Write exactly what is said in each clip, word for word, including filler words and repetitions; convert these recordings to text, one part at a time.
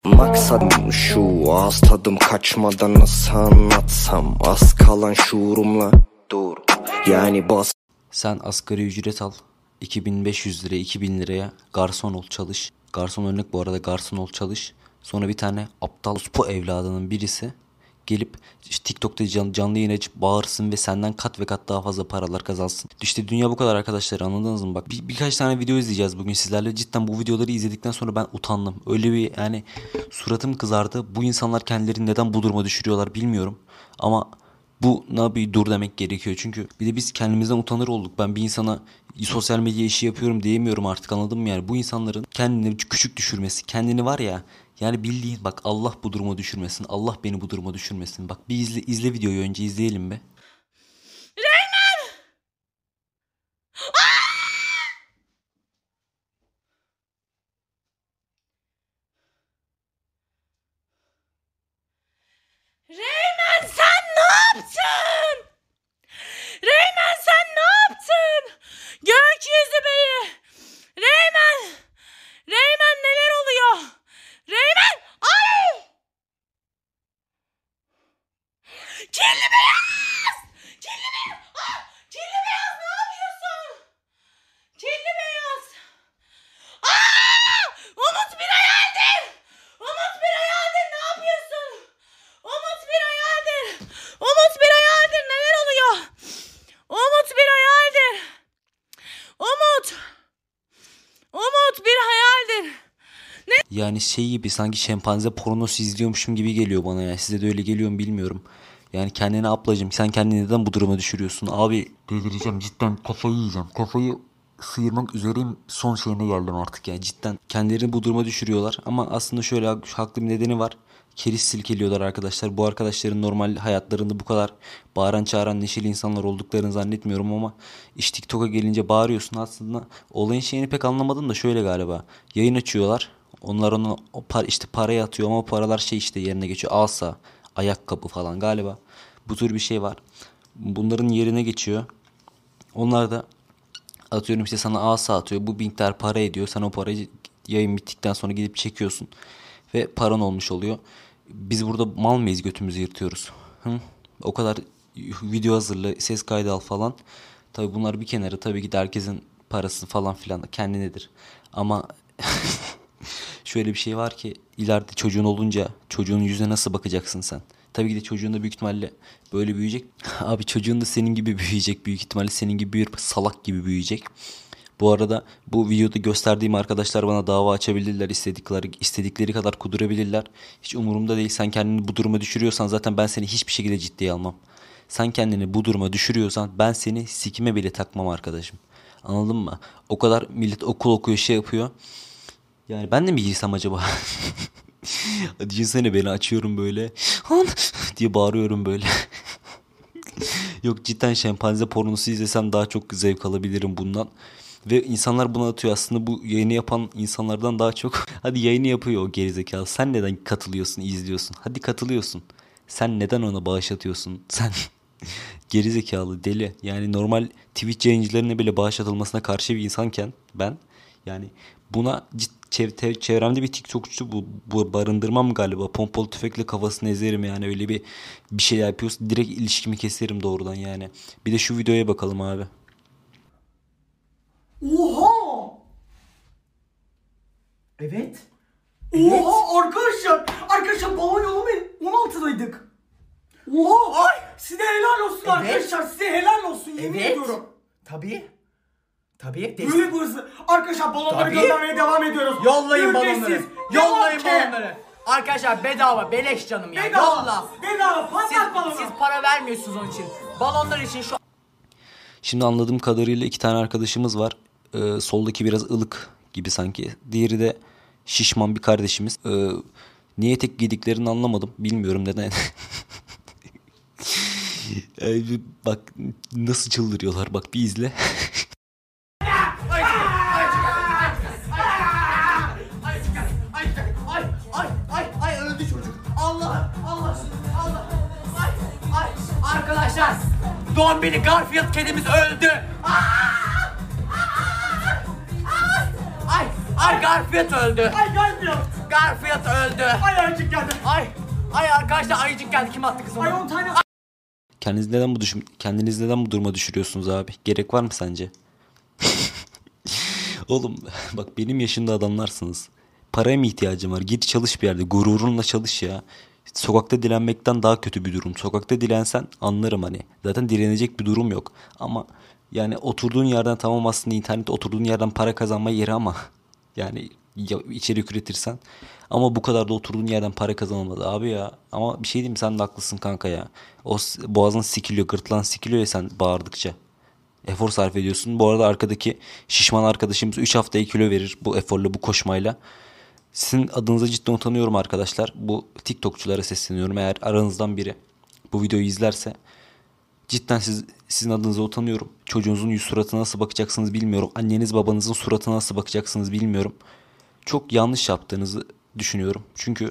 Maksadım şu, ağız tadım kaçmadan nasıl anlatsam, az kalan şuurumla dur yani bas. Sen asgari ücret al, iki bin beş yüz liraya iki bin liraya garson ol, çalış. Garson örnek bu arada, garson ol, çalış. Sonra bir tane aptal bu evladının birisi gelip işte TikTok'ta can, canlı yayın açıp bağırsın ve senden kat ve kat daha fazla paralar kazansın. İşte dünya bu kadar arkadaşlar, anladınız mı? Bak bir, birkaç tane video izleyeceğiz bugün sizlerle. Cidden bu videoları izledikten sonra ben utandım. Öyle bir yani suratım kızardı. Bu insanlar kendilerini neden bu duruma düşürüyorlar bilmiyorum. Ama bu ne bir dur demek gerekiyor. Çünkü bir de biz kendimizden utanır olduk. Ben bir insana sosyal medya işi yapıyorum diyemiyorum artık, anladın mı yani? Bu insanların kendini küçük düşürmesi, kendini var ya, yani bildiğin bak, Allah bu duruma düşürmesin. Allah beni bu duruma düşürmesin. Bak bir izle, izle videoyu, önce izleyelim be. Reymen! Reymen sen ne yaptın? Reymen sen ne yaptın? Gökyüzü beyi. Reymen! Reymen neler oluyor? Reymen! Ay! Kirli beyaz! Kirli beyaz! Ah! Kirli beyaz ne yapıyorsun? Kirli beyaz! Aa! Umut bir hayaldir! Umut bir hayaldir, ne yapıyorsun? Umut bir hayaldir! Umut bir hayaldir, neler oluyor? Umut bir hayaldir! Umut! Umut bir hayaldir! Yani şey gibi, sanki şempanze pornosu izliyormuşum gibi geliyor bana ya. Size de öyle geliyor mu bilmiyorum. Yani kendine ablacığım, sen kendini neden bu duruma düşürüyorsun? Abi delireceğim cidden, kafayı yiyeceğim. Kafayı sıyırmak üzereyim, son şeyine geldim artık ya. Cidden kendilerini bu duruma düşürüyorlar. Ama aslında şöyle haklı bir nedeni var. Keriz silkeliyorlar arkadaşlar. Bu arkadaşların normal hayatlarında bu kadar bağıran çağıran neşeli insanlar olduklarını zannetmiyorum ama iş TikTok'a gelince bağırıyorsun. Aslında olayın şeyini pek anlamadım da şöyle galiba. Yayın açıyorlar. Onlar ona o par işte parayı atıyor ama o paralar şey işte yerine geçiyor. Asa, ayakkabı falan galiba. Bu tür bir şey var. Bunların yerine geçiyor. Onlar da atıyorum işte sana asa atıyor. Bu miktar para ediyor. Sen o parayı yayın bittikten sonra gidip çekiyorsun. Ve paran olmuş oluyor. Biz burada mal mıyız, götümüzü yırtıyoruz. Hı? O kadar video hazırla, ses kaydı al falan. Tabii bunlar bir kenara, tabii ki de herkesin parası falan filan kendinedir. Ama şöyle bir şey var ki, ileride çocuğun olunca çocuğun yüzüne nasıl bakacaksın sen? Tabii ki de çocuğun da büyük ihtimalle böyle büyüyecek. Abi çocuğun da senin gibi büyüyecek. Büyük ihtimalle senin gibi bir salak gibi büyüyecek. Bu arada bu videoda gösterdiğim arkadaşlar bana dava açabilirler. İstedikleri, istedikleri kadar kudurabilirler. Hiç umurumda değil. Sen kendini bu duruma düşürüyorsan zaten ben seni hiçbir şekilde ciddiye almam. Sen kendini bu duruma düşürüyorsan ben seni sikime bile takmam arkadaşım. Anladın mı? O kadar millet okul okuyor, şey yapıyor. Yani ben de mi girsem acaba? Düşünsene, beni açıyorum böyle diye bağırıyorum böyle. Yok cidden şempanze pornosu izlesem daha çok zevk alabilirim bundan. Ve insanlar buna atıyor, aslında bu yayını yapan insanlardan daha çok. Hadi yayını yapıyor o gerizekalı. Sen neden katılıyorsun, izliyorsun? Hadi katılıyorsun. Sen neden ona bağış atıyorsun? Sen gerizekalı, deli. Yani normal Twitch yayıncılarına bile bağış atılmasına karşı bir insanken ben, yani buna cid, çev, çevremde bir TikTokçu bu, bu barındırmam galiba. Pompalı tüfekle kafasını ezerim yani, öyle bir bir şey yapıyorsun. Direkt ilişkimi keserim doğrudan yani. Bir de şu videoya bakalım abi. Oha! Evet. Evet. Oha arkadaşlar. Arkadaşlar balon yolu mu? on altıdaydık. Oha! Ay! Size helal olsun evet. Arkadaşlar. Size helal olsun. Yemin evet. ediyorum. Tabii. Tabii. Böyle bu hızlı. Arkadaşlar balonları göndermeye devam ediyoruz. Yollayın balonları. Yollayın balonları. Arkadaşlar bedava, beleş canım ya. Bedava. Yolla. Bedava. Patlat balonu. Siz para vermiyorsunuz onun için. Balonlar için şu... Şimdi anladığım kadarıyla iki tane arkadaşımız var. Ee, soldaki biraz ılık gibi sanki. Diğeri de şişman bir kardeşimiz. Ee, niye tek giydiklerini anlamadım. Bilmiyorum neden. ee, bak nasıl çıldırıyorlar. Bak bir izle. Ay ay ay ay öldü çocuk. Allah Allah Allah. Ay ay arkadaşlar. Dombili Garfield kedimiz öldü. Ay ay Garfield öldü. Ay Garfield. Garfield öldü. Ay ayıcık geldi. Ay. Ay arkadaşlar ayıcık geldi. Kim attı kız onu? Ay on tane. Kendiniz neden bu düşün kendiniz neden bu duruma düşürüyorsunuz abi? Gerek var mı sence? Oğlum bak benim yaşımda adamlarsınız. Paraya mı ihtiyacım var? Git çalış bir yerde. Gururunla çalış ya. Sokakta dilenmekten daha kötü bir durum. Sokakta dilensen anlarım hani. Zaten dilenecek bir durum yok. Ama yani oturduğun yerden tamam aslında internet oturduğun yerden para kazanma yeri ama yani ya, içerik üretirsen ama bu kadar da oturduğun yerden para kazanılmadı abi ya. Ama bir şey diyeyim mi? Sen de haklısın kanka ya. O s- boğazın sikiliyor, gırtlağın sikiliyor ya sen bağırdıkça. Efor sarf ediyorsun. Bu arada arkadaki şişman arkadaşımız üç haftaya kilo verir bu eforla, bu koşmayla. Sizin adınıza cidden utanıyorum arkadaşlar. Bu TikTokçulara sesleniyorum. Eğer aranızdan biri bu videoyu izlerse cidden siz, sizin adınıza utanıyorum. Çocuğunuzun yüz suratına nasıl bakacaksınız bilmiyorum. Anneniz babanızın suratına nasıl bakacaksınız bilmiyorum. Çok yanlış yaptığınızı düşünüyorum. Çünkü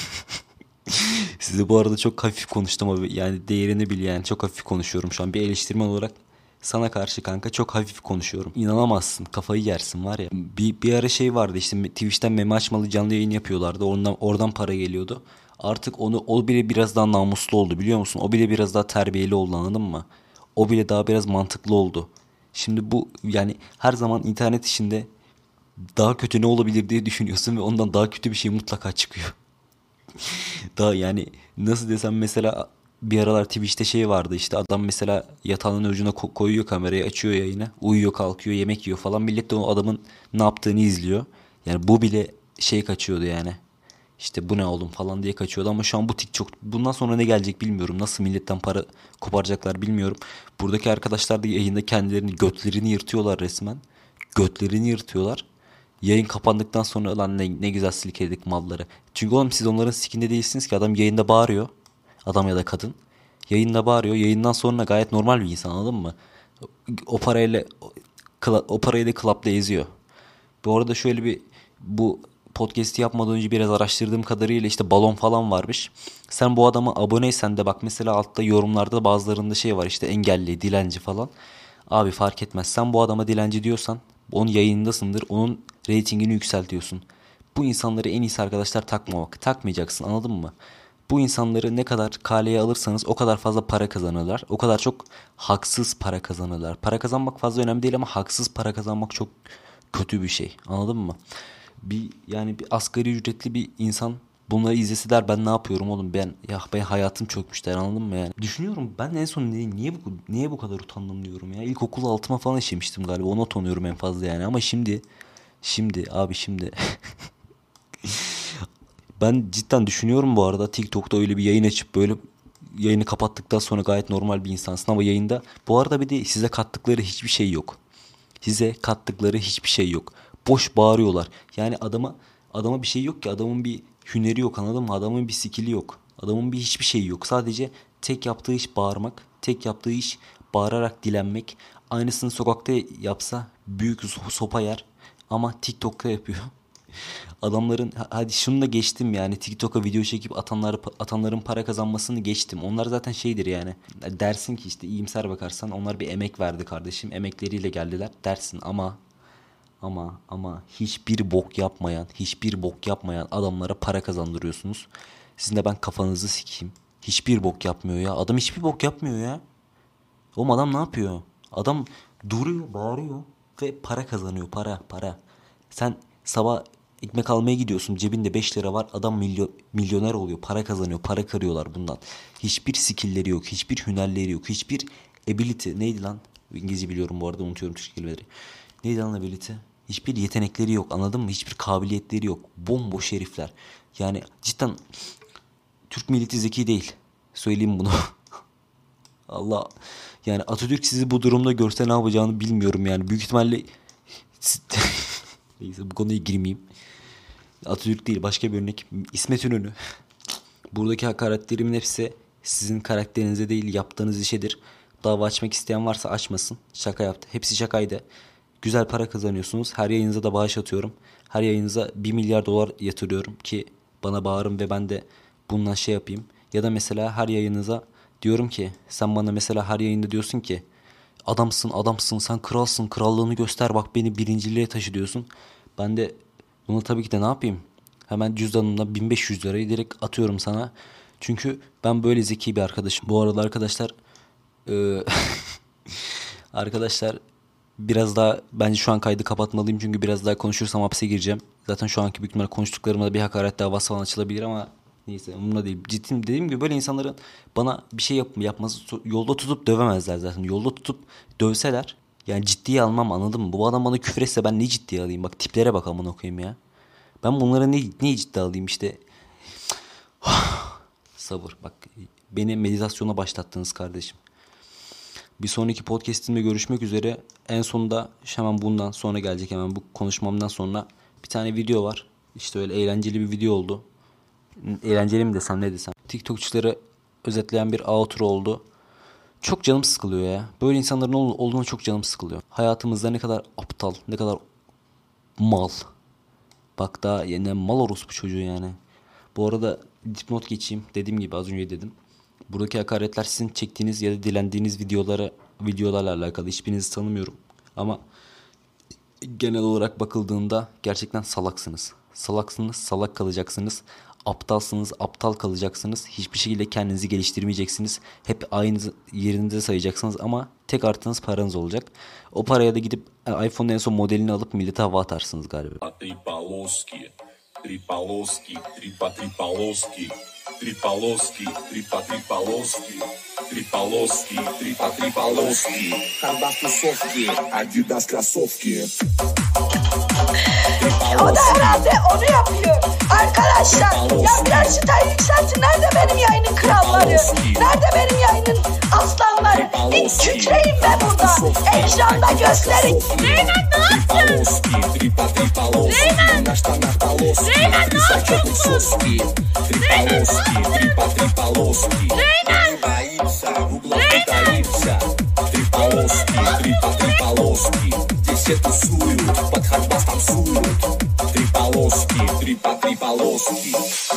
size bu arada çok hafif konuştum abi. Yani değerini bil yani. Çok hafif konuşuyorum şu an. Bir eleştirmen olarak sana karşı kanka çok hafif konuşuyorum. İnanamazsın. Kafayı yersin var ya. Bir, bir ara şey vardı işte Twitch'ten meme açmalı canlı yayın yapıyorlardı. Oradan, oradan para geliyordu. Artık onu o bile biraz daha namuslu oldu biliyor musun? O bile biraz daha terbiyeli oldu anladın mı? O bile daha biraz mantıklı oldu. Şimdi bu yani her zaman internet işinde daha kötü ne olabilir diye düşünüyorsun ve ondan daha kötü bir şey mutlaka çıkıyor. Daha yani nasıl desem mesela bir aralar Twitch'te şey vardı işte adam mesela yatağının ucuna ko- koyuyor kamerayı açıyor yayını uyuyor kalkıyor yemek yiyor falan millet de o adamın ne yaptığını izliyor. Yani bu bile şey kaçıyordu yani işte bu ne oğlum falan diye kaçıyordu ama şu an bu TikTok bundan sonra ne gelecek bilmiyorum nasıl milletten para koparacaklar bilmiyorum. Buradaki arkadaşlar da yayında kendilerini götlerini yırtıyorlar resmen götlerini yırtıyorlar. Yayın kapandıktan sonra lan ne, ne güzel silkeledik malları. Çünkü oğlum siz onların sikinde değilsiniz ki adam yayında bağırıyor. Adam ya da kadın. Yayında bağırıyor. Yayından sonra gayet normal bir insan anladın mı? O parayla o, kla- o parayı da klapta eziyor. Bu arada şöyle bir bu podcast'i yapmadan önce biraz araştırdığım kadarıyla işte balon falan varmış. Sen bu adama aboneysen de bak mesela altta yorumlarda bazılarında şey var işte engelli, dilenci falan. Abi fark etmez. Sen bu adama dilenci diyorsan onun yayındasındır. Onun reytingini yükseltiyorsun. Bu insanları en iyisi arkadaşlar takmamak. Takmayacaksın anladın mı? Bu insanları ne kadar kaleye alırsanız o kadar fazla para kazanırlar. O kadar çok haksız para kazanırlar. Para kazanmak fazla önemli değil ama haksız para kazanmak çok kötü bir şey. Anladın mı? Bir yani bir asgari ücretli bir insan bunları izlese der ben ne yapıyorum oğlum ben ya ben hayatım çökmüş der anladın mı yani? Düşünüyorum ben en son niye, niye bu niye bu kadar utandım diyorum ya. İlkokul altıma falan işemiştim galiba. Ona utanıyorum en fazla yani ama şimdi şimdi abi şimdi ben cidden düşünüyorum bu arada TikTok'ta öyle bir yayın açıp böyle yayını kapattıktan sonra gayet normal bir insansın ama yayında bu arada bir de size kattıkları hiçbir şey yok. Size kattıkları hiçbir şey yok. Boş bağırıyorlar. Yani adama adama bir şey yok ki. Adamın bir hüneri yok anladın mı? Adamın bir skill'i yok. Adamın bir hiçbir şeyi yok. Sadece tek yaptığı iş bağırmak. Tek yaptığı iş bağırarak dilenmek. Aynısını sokakta yapsa büyük sopa yer. Ama TikTok'ta yapıyor. Adamların hadi şunu da geçtim yani TikTok'a video çekip atanları atanların para kazanmasını geçtim. Onlar zaten şeydir yani. Dersin ki işte iyimser bakarsan onlar bir emek verdi kardeşim. Emekleriyle geldiler dersin ama ama ama hiçbir bok yapmayan, hiçbir bok yapmayan adamlara para kazandırıyorsunuz. Sizin de ben kafanızı sikeyim. Hiçbir bok yapmıyor ya. Adam hiçbir bok yapmıyor ya. Oğlum adam ne yapıyor? Adam duruyor, bağırıyor ve para kazanıyor. Para, para. Sen sabah ekmek almaya gidiyorsun. Cebinde beş lira var. Adam milyon, milyoner oluyor. Para kazanıyor. Para karıyorlar bundan. Hiçbir skill'leri yok. Hiçbir hünerleri yok. Hiçbir ability. Neydi lan? İngilizce biliyorum bu arada. Unutuyorum Türkçe kelimeleri. Neydi lan ability? Hiçbir yetenekleri yok. Anladın mı? Hiçbir kabiliyetleri yok. Bomboş herifler. Yani cidden Türk milleti zeki değil. Söyleyeyim bunu. Allah yani Atatürk sizi bu durumda görse ne yapacağını bilmiyorum yani. Büyük ihtimalle neyse bu konuya girmeyeyim. Atatürk değil başka bir örnek. İsmet İnönü. Buradaki hakaretlerimin hepsi sizin karakterinize değil yaptığınız işedir. Dava açmak isteyen varsa açmasın. Şaka yaptı. Hepsi şakaydı. Güzel para kazanıyorsunuz. Her yayınıza da bağış atıyorum. Her yayınıza bir milyar dolar yatırıyorum ki bana bağırın ve ben de bundan şey yapayım. Ya da mesela her yayınıza diyorum ki sen bana mesela her yayında diyorsun ki adamsın adamsın sen kralsın krallığını göster bak beni birinciliğe taşı diyorsun. Ben de bunu tabii ki de ne yapayım? Hemen cüzdanımdan bin beş yüz lirayı direkt atıyorum sana. Çünkü ben böyle zeki bir arkadaşım. Bu arada arkadaşlar e, arkadaşlar biraz daha bence şu an kaydı kapatmalıyım. Çünkü biraz daha konuşursam hapse gireceğim. Zaten şu anki büyük ihtimalle konuştuklarımda bir hakaret davası falan açılabilir ama neyse umurumda değil. Ciddi dediğim gibi böyle insanların bana bir şey yap yapması yolda tutup dövemezler zaten. Yolda tutup dövseler yani ciddiye almam, anladın mı? Bu adam bana küfür etse ben ne ciddiye alayım? Bak tiplere bak amına koyayım ya. Ben bunları ne, ne ciddiye alayım işte. Sabır bak, beni meditasyona başlattınız kardeşim. Bir sonraki podcast'imde görüşmek üzere. En sonunda hemen bundan sonra gelecek, hemen bu konuşmamdan sonra bir tane video var. İşte öyle eğlenceli bir video oldu. Eğlenceli mi desem ne desem. TikTokçuları özetleyen bir outro oldu. Çok canım sıkılıyor ya. Böyle insanların olduğuna çok canım sıkılıyor. Hayatımızda ne kadar aptal, ne kadar mal. Bak daha yine mal orospu çocuğu yani. Bu arada dipnot geçeyim. Dediğim gibi az önce dedim. Buradaki hakaretler sizin çektiğiniz ya da dilendiğiniz videolara, videolarla alakalı. Hiçbirinizi tanımıyorum. Ama genel olarak bakıldığında gerçekten salaksınız. Salaksınız, salak kalacaksınız. Aptalsınız, aptal kalacaksınız. Hiçbir şekilde kendinizi geliştirmeyeceksiniz. Hep aynı yerinize sayacaksınız ama tek artınız paranız olacak. O paraya da gidip iPhone'un en son modelini alıp millete hava atarsınız galiba. Tripaloski, Tripaloski, Tripa Tripaloski, Tripaloski, Tripa Tripaloski, Tripaloski, Tripa Tripaloski, Karbasosovki, Adidas Krasovki. O da herhalde onu yapıyor. Arkadaşlar ya biraz çıtayı yükseltin. Nerede benim yayının kralları? Nerede benim yayının aslanları? Bir kükreyin be burada. Ekranda gösterin. Reymen ne yapıyorsun? Reymen. Reymen ne yapıyorsun? Reymen. Reymen. Эту сую, под хардбас танцуют. Три полоски, три по три полоски.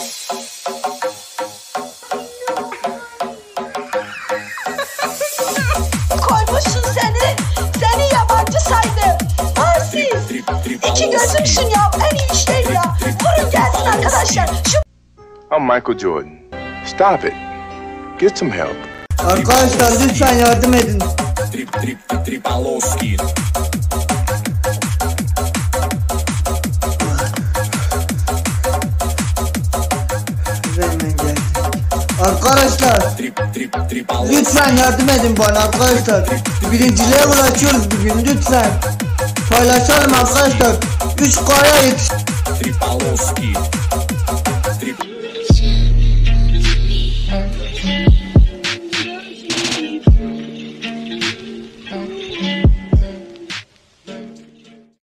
Koymuşsun seni, seni yabancı saydım. Aziz, iki gözümsün ya, en iyi işlerim ya. Vurun gelsin arkadaşlar. Şu... I'm Michael Jordan. Stop it. Get some help. Arkadaşlar lütfen yardım edin. Trip trip trip tri paloski. Arkadaşlar lütfen yardım edin bana arkadaşlar. Birinciliğe ulaşıyoruz bugün, lütfen. Paylaşalım arkadaşlar. üç K'ya yetiş.